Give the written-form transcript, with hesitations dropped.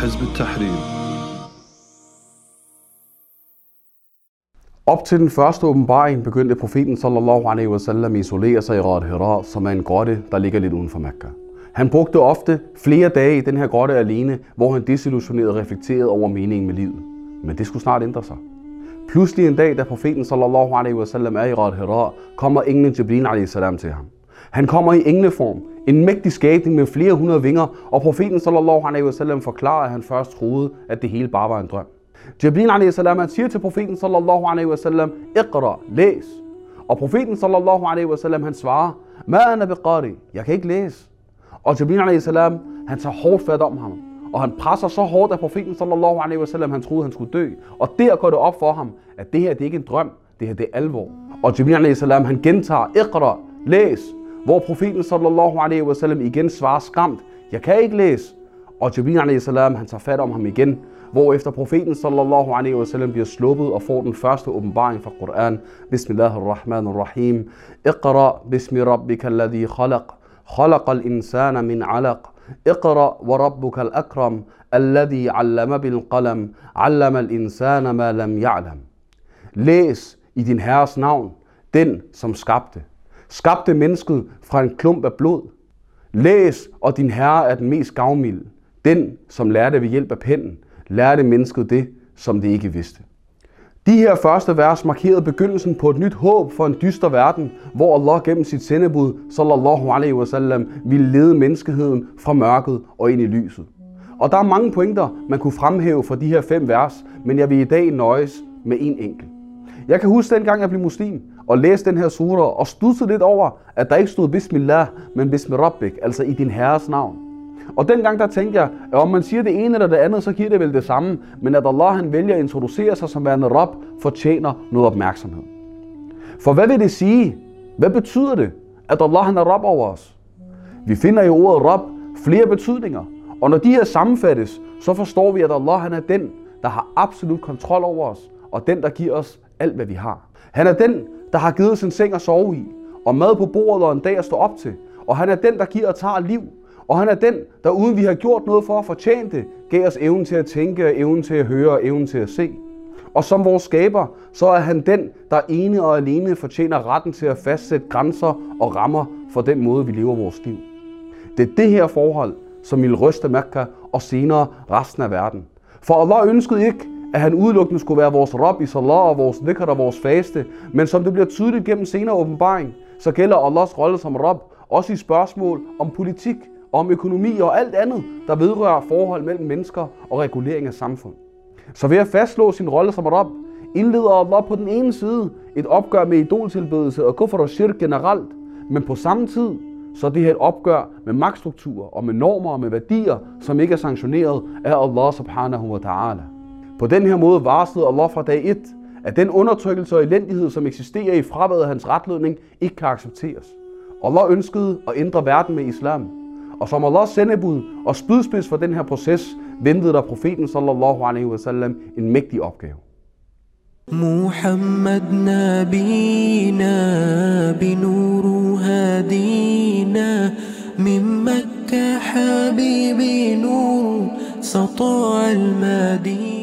حزب التحرير. Op til den første åbenbaring begyndte profeten sallallahu alaihi wasallam at isolere sig i Ghat Hira, som er en grotte, der ligger lidt uden for Mekka. Han brugte ofte flere dage i den her grotte alene, hvor han desillusioneret og reflekterede over meningen med livet. Men det skulle snart ændre sig. Pludselig en dag, da profeten sallallahu alaihi wasallam er i Ghat Hira, kommer englen Jibril alaihi salam til ham. Han kommer i engleform, en mægtig skabning med flere hundrede vinger, og profeten sallallahu alaihi wasallam forklarer, at han først troede, at det hele bare var en drøm. Jibril alaihi salam, han siger til profeten sallallahu alaihi wasallam, Iqra, læs. Og profeten sallallahu alaihi wasallam, han svarer, Ma ana biqari, jeg kan ikke læse. Og Jibril alaihi salam, han tager hårdt fat om ham, og han presser så hårdt, at profeten sallallahu alaihi wasallam, han troede, han skulle dø. Og der går det op for ham, at det her, det er ikke en drøm, det her, det er alvor. Og Jibril alaihi salam, han gentager, Iqra, læs. Hvor profeten sallallahu alaihi wasallam igen svarer skræmt, jeg kan ikke læse. Og Jibril alaihi salam, han tager fat om ham igen, hvorefter profeten sallallahu alaihi wasallam bliver sluppet og får den første åbenbaring fra Koran. Bismillahirrahmanirrahim. Iqra bismi rabbika alladhi khalaq. Khalaqal insana min alaq. Iqra wa rabbukal akram. Alladhi allama bil qalam. Allamal insana ma lam ya'lam. Læs i din herres navn, den som skabte mennesket fra en klump af blod. Læs, og din herre er den mest gavmilde, den som lærte ved hjælp af pennen, lærte mennesket det, som det ikke vidste. De her første vers markerede begyndelsen på et nyt håb for en dyster verden, hvor Allah gennem sit sendebud, sallallahu alaihi wasallam, ville lede menneskeheden fra mørket og ind i lyset. Og der er mange pointer, man kunne fremhæve fra de her 5 vers, men jeg vil i dag nøjes med en enkelt. Jeg kan huske dengang jeg blev muslim og læste den her surah og studsede lidt over, at der ikke stod Bismillah, men Bismi Rabbik, altså i din herres navn. Og dengang der tænkte jeg, at om man siger det ene eller det andet, så giver det vel det samme, men at Allah han vælger at introducere sig som værende Rabb, fortjener noget opmærksomhed. For hvad vil det sige? Hvad betyder det, at Allah han er Rabb over os? Vi finder i ordet Rabb flere betydninger, og når de her sammenfattes, så forstår vi, at Allah han er den, der har absolut kontrol over os, og den, der giver os alt, hvad vi har. Han er den, der har givet os en seng at sove i, og mad på bordet og en dag at stå op til. Og han er den, der giver og tager liv. Og han er den, der uden vi har gjort noget for at fortjene det, gav os evnen til at tænke, evnen til at høre og evnen til at se. Og som vores skaber, så er han den, der ene og alene fortjener retten til at fastsætte grænser og rammer for den måde, vi lever vores liv. Det er det her forhold, som ville ryste Mekka og senere resten af verden. For Allah ønskede ikke, at han udelukkende skulle være vores Rabb i salat og vores dhikr og vores faste, men som det bliver tydeligt gennem senere åbenbaring, så gælder Allahs rolle som Rabb også i spørgsmål om politik, om økonomi og alt andet, der vedrører forhold mellem mennesker og regulering af samfund. Så ved at fastslå sin rolle som Rabb, indleder Allah på den ene side et opgør med idoltilbedelse og kufr og shirk generelt, men på samme tid så er det her et opgør med magtstrukturer og med normer og med værdier, som ikke er sanktioneret af Allah subhanahu wa ta'ala. På den her måde varslede Allah fra dag 1, at den undertrykkelse og elendighed, som eksisterer i fraværet af hans retledning, ikke kan accepteres. Allah ønskede at ændre verden med islam. Og som Allahs sendebud og spydspids for den her proces, ventede der profeten sallallahu alaihi wasallam en mægtig opgave. محمد نبينا بنور هدينا من مكة حبيبي نور سطع المدينة